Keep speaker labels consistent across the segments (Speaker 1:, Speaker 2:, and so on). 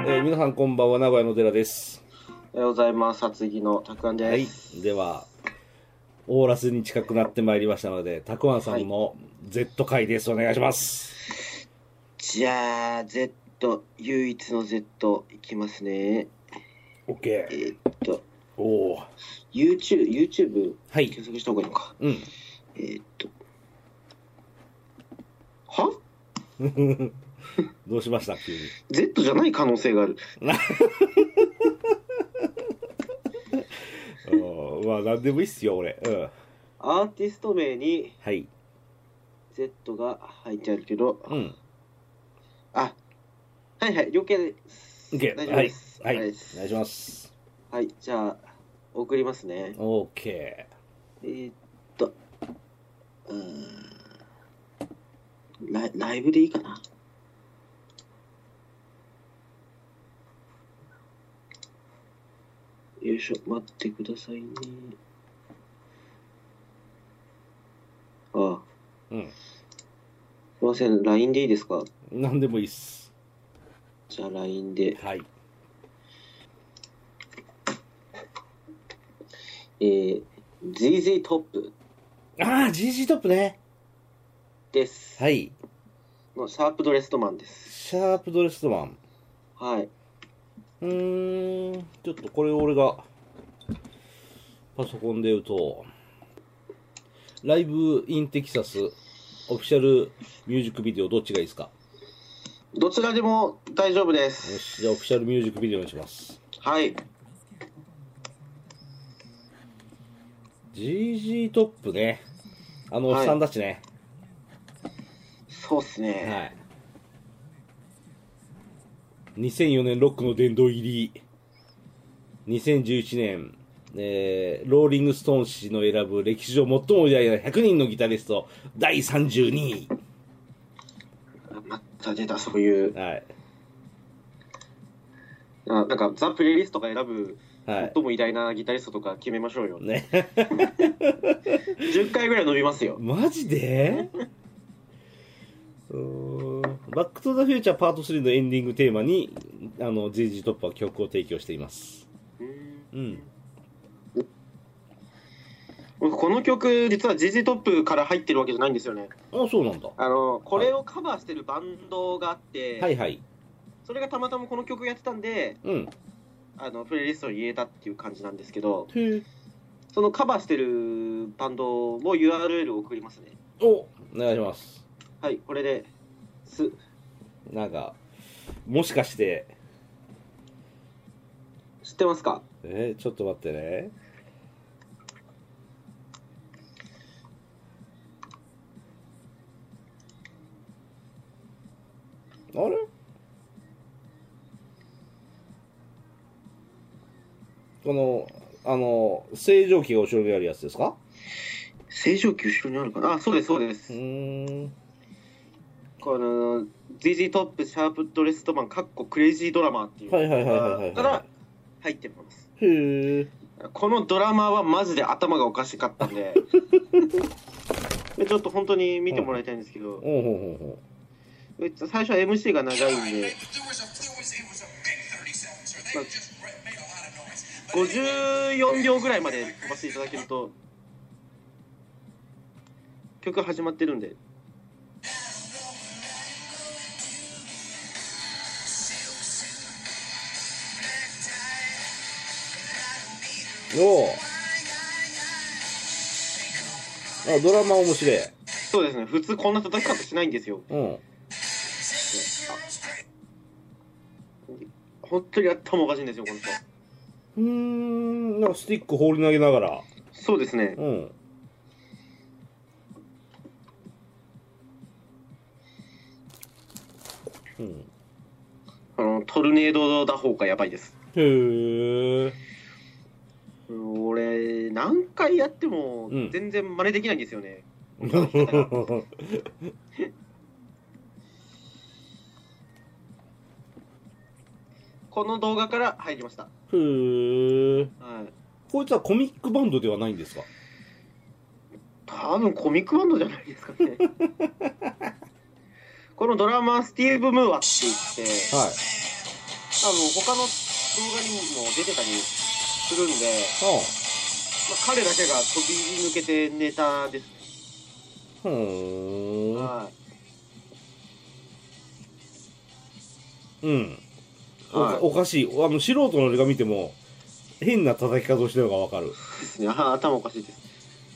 Speaker 1: 皆さんこんばんは、名古屋の寺です。
Speaker 2: おはようございます。厚木のたくあんです。
Speaker 1: はい、ではオーラスに近くなってまいりましたので、たくあんさんの Z 回です。お願いします。
Speaker 2: じゃあ Z、 唯一の Z いきますね。
Speaker 1: OK。おお、
Speaker 2: YouTube
Speaker 1: はい、
Speaker 2: 検索した方がいいのか。
Speaker 1: うん。
Speaker 2: は
Speaker 1: どうしました急に。
Speaker 2: Z じゃない可能性がある。
Speaker 1: まあ何でもいいっすよ俺。
Speaker 2: アーティスト名に
Speaker 1: はい
Speaker 2: Z が入ってあるけど、はいはい、了解です。
Speaker 1: OK。
Speaker 2: 大丈夫です。
Speaker 1: はい、お願いします。
Speaker 2: はい、じゃあ送りますね。
Speaker 1: OK。
Speaker 2: ライブでいいかな。よいしょ、待ってくださいね。すいません、LINE でいいですか？
Speaker 1: 何でもいいっす。
Speaker 2: じゃあ LINE で。
Speaker 1: はい。
Speaker 2: ZZ トップ。
Speaker 1: GG トップね。
Speaker 2: です。
Speaker 1: はい。
Speaker 2: のシャープドレストマンです。
Speaker 1: シャープドレストマン。
Speaker 2: はい。
Speaker 1: ちょっとこれ俺がパソコンで言うと、ライブインテキサスオフィシャルミュージックビデオどっちがいいですか？
Speaker 2: どちらでも大丈夫です。
Speaker 1: よし、じゃあオフィシャルミュージックビデオにします。
Speaker 2: はい。
Speaker 1: GG トップね。おっさんたちね。
Speaker 2: そうっすね。
Speaker 1: はい。2004年ロックの殿堂入り。2011年、ローリングストーン氏の選ぶ歴史上最も偉大な100人のギタリスト第32位。
Speaker 2: また出た、そういう。
Speaker 1: はい。
Speaker 2: なんかザ・プレイリストが選ぶ
Speaker 1: はい、
Speaker 2: 最も偉大なギタリストとか決めましょうよ。
Speaker 1: ね。
Speaker 2: 10回ぐらい伸びますよ。
Speaker 1: マジでバックトゥザフューチャーパート3のエンディングテーマにZZ トップは曲を提供しています。
Speaker 2: この曲実は ZZ トップから入ってるわけじゃないんですよね。
Speaker 1: そうなんだ。
Speaker 2: これをカバーしてるバンドがあって、
Speaker 1: はいはい。
Speaker 2: それがたまたまこの曲やってたんで、プレイリストに入れたっていう感じなんですけど、そのカバーしてるバンドも URL を送りますね。
Speaker 1: お願いします。
Speaker 2: はい、これで
Speaker 1: なんかもしかして
Speaker 2: 知ってますか？
Speaker 1: ちょっと待ってね。あれ星条旗が後ろにあるやつですか？
Speaker 2: 星条旗後ろにあるかな。そうですそうです。この ZZ トップシャープドレストマンかっこクレイジードラマーっていうから入ってます。
Speaker 1: へえ。
Speaker 2: このドラマはマジで頭がおかしかったんでちょっと本当に見てもらいたいんですけど、最初は MC が長いんで、54秒ぐらいまで飛ばしていただけると曲始まってるんで。
Speaker 1: ドラマ面白い。
Speaker 2: そうですね、普通こんな叩き方しないんですよ。本当に頭おかしいんですよこの人。
Speaker 1: なんかスティック放り投げながら。
Speaker 2: そうですね。トルネード打法がやばいです。
Speaker 1: へえ。
Speaker 2: 俺何回やっても全然真似できないんですよね。この動画から入りました。
Speaker 1: へえ。こいつはコミックバンドではないんですか？
Speaker 2: 多分コミックバンドじゃないですかね。このドラマースティーブ・ムーアって言って、 他の動画にも出てたりするんで、まあ、彼だけが飛び抜けてネタですね。はい。
Speaker 1: うん。おかしい。素人の俺が見ても、変な叩き方をしてるのがわかる。
Speaker 2: ですね。頭おかしいです。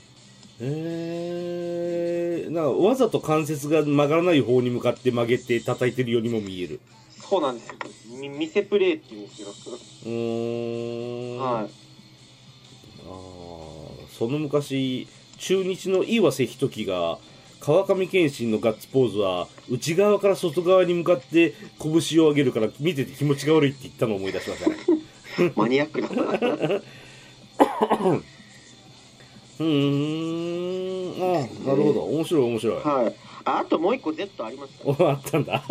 Speaker 1: なんかわざと関節が曲がらない方に向かって曲げて叩いてるようにも見える。
Speaker 2: そうなんですよ。見せプレイっていうんですけど。はい。
Speaker 1: その昔、中日の岩瀬仁紀が、川上憲伸のガッツポーズは、内側から外側に向かって拳を上げるから見てて気持ちが悪いって言ったのを思い出しましたね。
Speaker 2: マニアックだな。
Speaker 1: なるほど。面白い面白い。
Speaker 2: はい。あともう一個 Z ありました。
Speaker 1: あったんだ。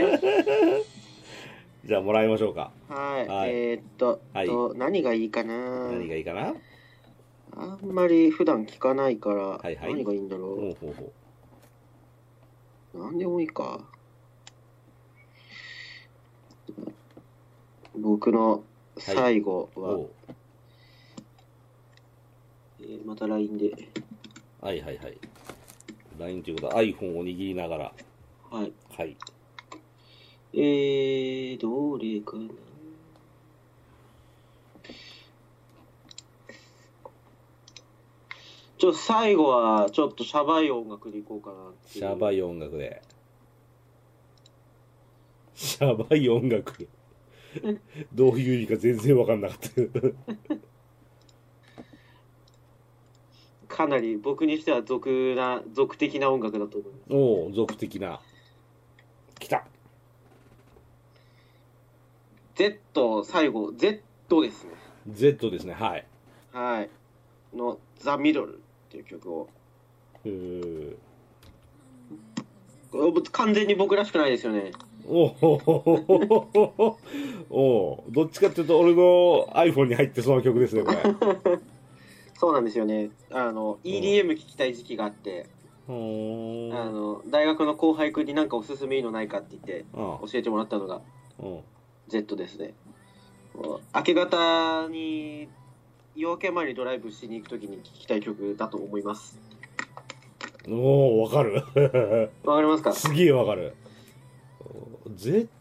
Speaker 1: じゃあもらいましょうか。
Speaker 2: はい。
Speaker 1: はい、
Speaker 2: 何がいいかな。
Speaker 1: 何がいいかな。
Speaker 2: あんまり普段聞かないから、
Speaker 1: はいはい、
Speaker 2: 何がいいんだろう。なんでもいいか。僕の最後は、また LINE で。
Speaker 1: はいはいはい。LINE ということは iPhone を握りながら。
Speaker 2: はい。
Speaker 1: はい。
Speaker 2: どれかな。最後はちょっとシャバい音楽でいこうかなって。
Speaker 1: シャバい音楽で。シャバい音楽。どういう意味か全然分かんなかった。
Speaker 2: かなり僕にしては俗的な音楽だと思います。
Speaker 1: おお、俗的な。来た。
Speaker 2: Z、最後、Z ですね。
Speaker 1: Z ですね、はい。
Speaker 2: はい。の、ザ・ミドルっていう曲を。完全に僕らしくないですよね。
Speaker 1: おどっちかっていうと俺の iPhone に入ってそうな曲ですね、これ。
Speaker 2: そうなんですよね。EDM 聴きたい時期があって、大学の後輩くんになんかおすすめいいのないかって言って教えてもらったのが Z ですね。明け方に夜明け前にドライブしに行くときに聴きたい曲だと思います。
Speaker 1: おお、わかる。
Speaker 2: わかりますか？
Speaker 1: すげえわかる。Z。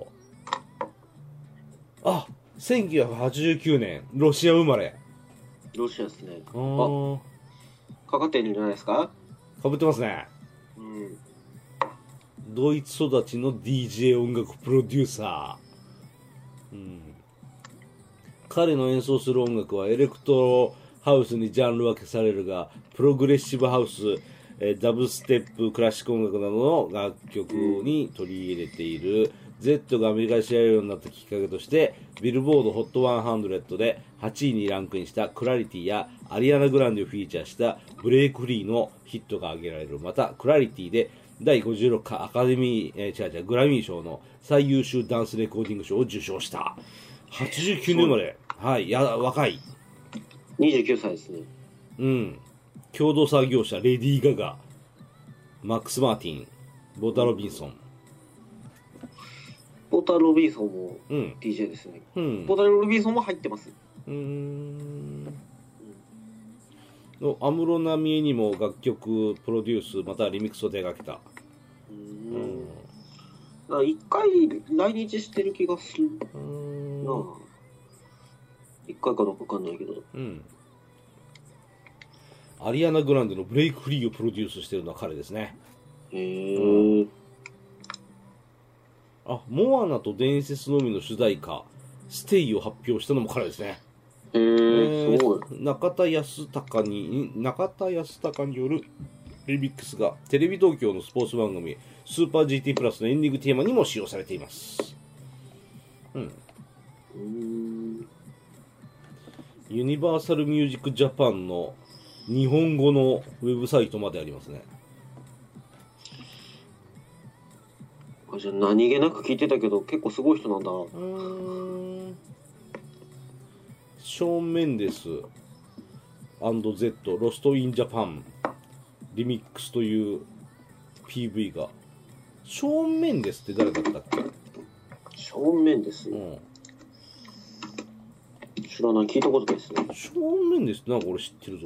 Speaker 1: あ、1989年、ロシア生まれ。
Speaker 2: ロシアですね。あ、かかってるんじゃないですか？
Speaker 1: かぶってますね。
Speaker 2: うん。
Speaker 1: ドイツ育ちの DJ 音楽プロデューサー。うん。彼の演奏する音楽はエレクトロハウスにジャンル分けされるが、プログレッシブハウス、ダブステップ、クラシック音楽などの楽曲に取り入れている。Z がアメリカで知られるようになったきっかけとして、ビルボード HOT100 で8位にランクインしたクラリティやアリアナ・グランデをフィーチャーしたブレイクフリーのヒットが挙げられる。また、クラリティで第56回アカデミー、グラミー賞の最優秀ダンスレコーディング賞を受賞した。89年まで。はい、若い。
Speaker 2: 29歳ですね。
Speaker 1: うん。共同作業者、レディー・ガガ、マックス・マーティン、ボタ・ロビンソン。
Speaker 2: ボタ・ロビンソンも DJ ですね。ボタ・ロビンソンも入ってます。
Speaker 1: 安室奈美恵にも楽曲プロデュースまたはリミックスを手がけた。
Speaker 2: 一回来日してる気がするな。一回かどうかわかんないけど。
Speaker 1: アリアナ・グランデのブレイクフリーをプロデュースしてるのは彼ですね。あ、モアナと伝説の海の主題歌ステイを発表したのも彼ですね。
Speaker 2: すごい。
Speaker 1: 中田康隆によるリミックスがテレビ東京のスポーツ番組スーパー GT プラスのエンディングテーマにも使用されています。ユニバーサルミュージックジャパンの日本語のウェブサイトまでありますね。
Speaker 2: じゃあ何気なく聞いてたけど結構すごい人なんだ。
Speaker 1: ショーン・メンデス&Z ロスト・イン・ジャパンリミックスという PV が。ショーン・メンデスって誰だったっけ？
Speaker 2: ショ正面です。知らない、聞いたことないですね。
Speaker 1: 正面ですってなんか俺知ってるぞ。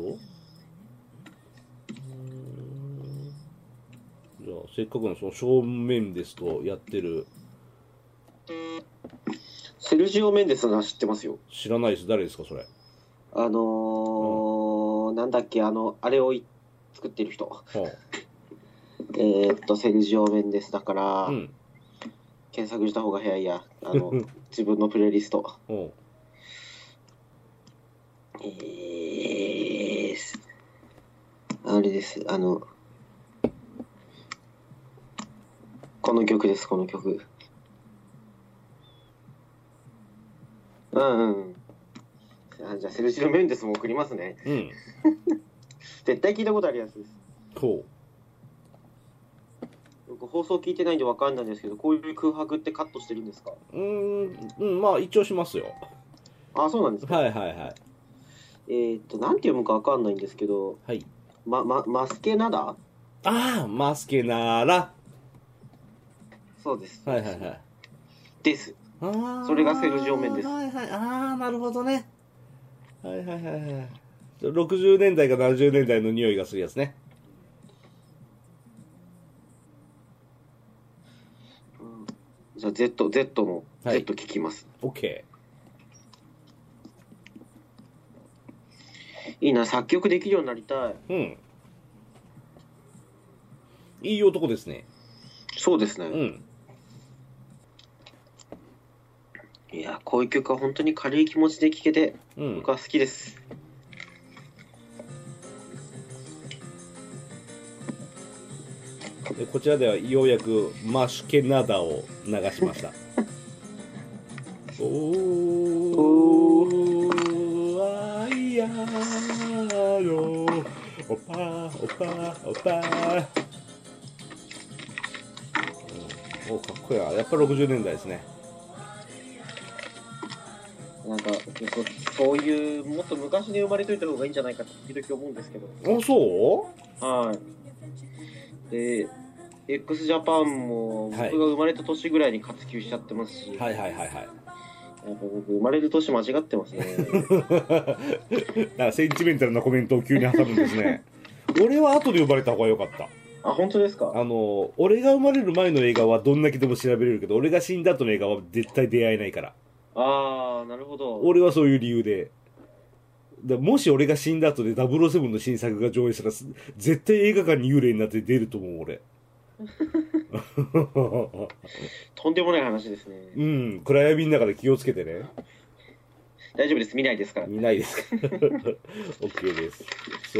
Speaker 1: じゃあせっかくのその正面ですとやってる
Speaker 2: セルジオ・メンデスが知ってますよ。
Speaker 1: 知らないです。誰ですかそれ。
Speaker 2: なんだっけ、あれを作ってる人。はあ、セルジオ・メンデスだから、検索した方が早いや。自分のプレイリスト。あれです。この曲です、この曲。じゃあ、セルジオ・メンデスも送りますね。絶対聞いたことあるやつです。僕、放送聞いてないんで分かんないんですけど、こういう空白ってカットしてるんですか？
Speaker 1: まあ、一応しますよ。
Speaker 2: あ、そうなんですか。
Speaker 1: はいはいはい。
Speaker 2: なんて読むか分かんないんですけど、
Speaker 1: はい。
Speaker 2: マスケナダ？
Speaker 1: マスケナラ。
Speaker 2: そうです。
Speaker 1: はいはいはい。
Speaker 2: です。それがセルジオ・メンデス。
Speaker 1: はいはい。なるほどね。はいはいはいはい。60年代か70年代の匂いがするやつね。
Speaker 2: じゃあ Z の Z 聞きます。
Speaker 1: OK。
Speaker 2: いいな、作曲できるようになりたい。
Speaker 1: いい男ですね。
Speaker 2: そうですね。いや、こういう曲は本当に軽い気持ちで聴けて、僕は好きです。
Speaker 1: こちらではようやくマシュケナダを流しました。おー、あいやーおぱーおぱーおぱー。かっこいいな。やっぱり60年代ですね。
Speaker 2: なんかそういうもっと昔に生まれといた方がいいんじゃないかって時々思うんですけど。
Speaker 1: そう？
Speaker 2: はい。で、x ジャパンも僕が生まれた年ぐらいに活休しちゃってますし。
Speaker 1: はいはいはいはい。
Speaker 2: やっぱ僕生まれる年間違ってますね。
Speaker 1: だからセンチメンタルなコメントを急に挟むんですね。俺は後で生まれた方が良かった。
Speaker 2: あ、本当ですか？
Speaker 1: 俺が生まれる前の映画はどんだけでも調べれるけど、俺が死んだ後の映画は絶対出会えないから。
Speaker 2: ああ、なるほど。
Speaker 1: 俺はそういう理由で。もし俺が死んだ後で007の新作が上映したら、絶対映画館に幽霊になって出ると思う、俺。
Speaker 2: とんでもない話ですね。
Speaker 1: 暗闇の中で気をつけてね。
Speaker 2: 大丈夫です、見ないですから。
Speaker 1: 見ないですから。OK です。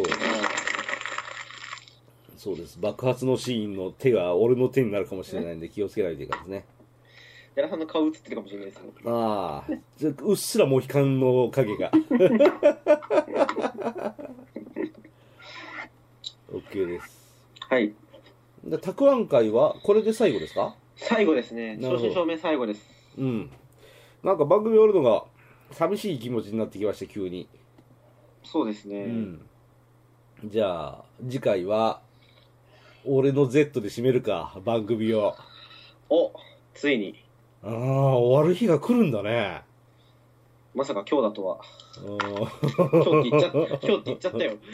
Speaker 1: そうです。爆発のシーンの手が俺の手になるかもしれないんで気をつけないといけないですね。
Speaker 2: 矢田さんの顔映ってるかもしれないですね。
Speaker 1: うっすらモヒカンの影が。OK です。
Speaker 2: はい。
Speaker 1: たくあん会はこれで最後ですか？
Speaker 2: 最後ですね。正真正銘最後です。
Speaker 1: なんか番組終わるのが寂しい気持ちになってきました、急に。
Speaker 2: そうですね。
Speaker 1: じゃあ次回は俺の Z で締めるか、番組を。
Speaker 2: ついに。
Speaker 1: 終わる日が来るんだね。
Speaker 2: まさか今日だとは。今日って言っちゃったよ。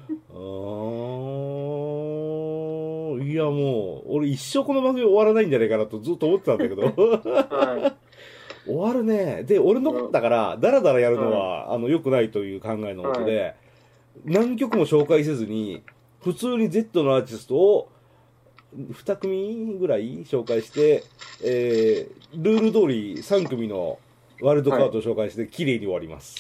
Speaker 1: いやもう俺一生この番組終わらないんじゃないかなとずっと思ってたんだけど、終わるね。で俺のことだからダラダラやるのは、良くないという考えのもとで、何曲も紹介せずに普通に Z のアーティストを2組ぐらい紹介して、ルール通り3組のワールドカードを紹介して綺麗に終わります。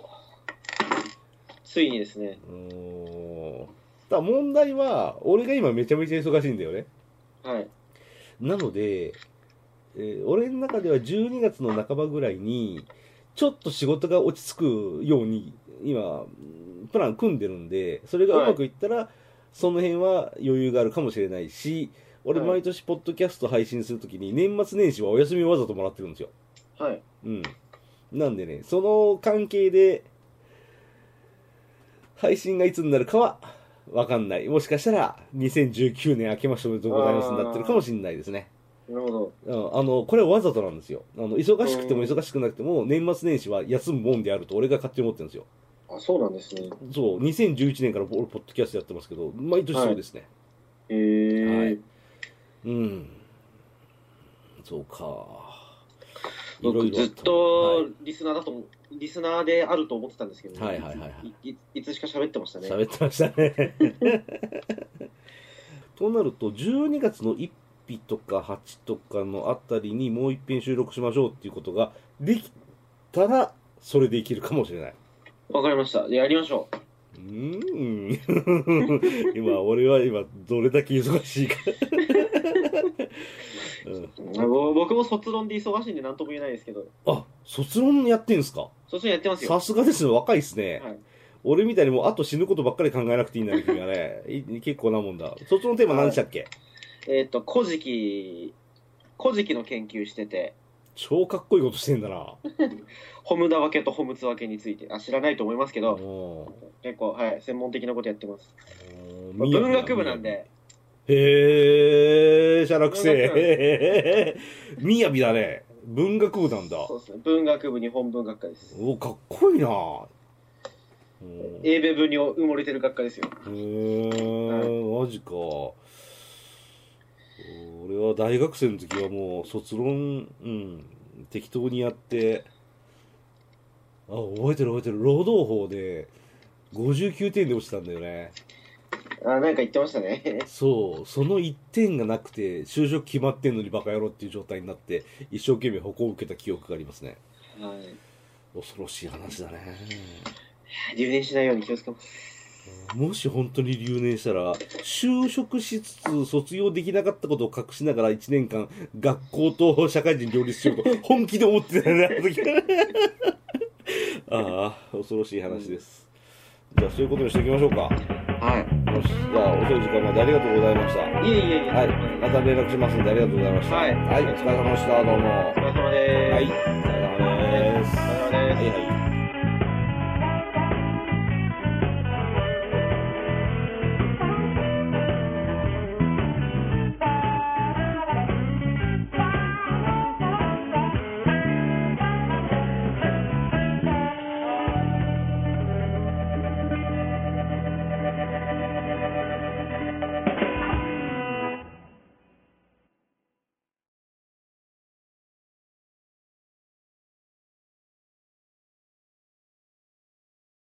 Speaker 2: ついにですね。
Speaker 1: だ問題は俺が今めちゃめちゃ忙しいんだよね。なので、俺の中では12月の半ばぐらいにちょっと仕事が落ち着くように今プラン組んでるんで、それがうまくいったら、その辺は余裕があるかもしれないし、俺毎年ポッドキャスト配信するときに年末年始はお休みをわざともらってるんですよ。なんでね、その関係で配信がいつになるかはわかんない。もしかしたら2019年明けましておめでとうございますになってるかもしれないですね。
Speaker 2: なるほ
Speaker 1: ど。これはわざとなんですよ。忙しくても忙しくなくても、年末年始は休むもんであると俺が勝手に思ってるんですよ。
Speaker 2: あ、そうなんですね。
Speaker 1: そう、2011年から俺、ポッドキャストやってますけど、毎年そうですね。
Speaker 2: はい、
Speaker 1: はい。うん。そうか。
Speaker 2: 僕ずっとリスナーであると思ってたんですけど、
Speaker 1: はいはいはい、
Speaker 2: いつしか喋ってましたね。
Speaker 1: 喋ってましたね。となると、12月の1日とか8とかのあたりにもう一遍収録しましょうっていうことができたら、それでいけるかもしれない。
Speaker 2: わかりました。やりましょう。
Speaker 1: 俺は今、どれだけ忙しいか。
Speaker 2: 僕も卒論で忙しいんで何とも言えないですけど。
Speaker 1: あ、卒論やってんすか？
Speaker 2: 卒論やってますよ。
Speaker 1: さすがですね、若いっすね。はい、俺みたいにもうあと死ぬことばっかり考えなくていいんだね、君はね。結構なもんだ。卒論テーマ何でしたっけ？
Speaker 2: 古事記の研究してて。
Speaker 1: 超かっこいいことしてんだな。
Speaker 2: ホムダ分けとホムツ分けについて。知らないと思いますけど、結構、はい、専門的なことやってます。文学部なんで。
Speaker 1: へー、シャラクセー。みやびだね。文学部なんだ。
Speaker 2: そうですね。文学部日本文学科です。
Speaker 1: お、かっこいいな。
Speaker 2: 英米文に埋もれてる学科ですよ。
Speaker 1: マジか。俺は大学生の時はもう卒論、適当にやって、覚えてる。労働法で59点で落ちたんだよね。
Speaker 2: なんか言ってましたね。
Speaker 1: そう、その1点がなくて、就職決まってんのにバカ野郎っていう状態になって、一生懸命歩行を受けた記憶がありますね。
Speaker 2: はい。
Speaker 1: 恐ろしい話だね。
Speaker 2: 留年しないように気をつけます。
Speaker 1: もし本当に留年したら、就職しつつ卒業できなかったことを隠しながら1年間、学校と社会人両立しようと本気で思ってたよね、あの時。ああ、恐ろしい話です。じゃあそういうことにしておきましょうか。
Speaker 2: はい。
Speaker 1: よし、じゃあ遅い時間までありがとうございました。
Speaker 2: いえ。
Speaker 1: はい、また連絡しますんでありがとうございました。
Speaker 2: はい。
Speaker 1: はい、お疲れ様でした。どうも。
Speaker 2: お疲れ様です。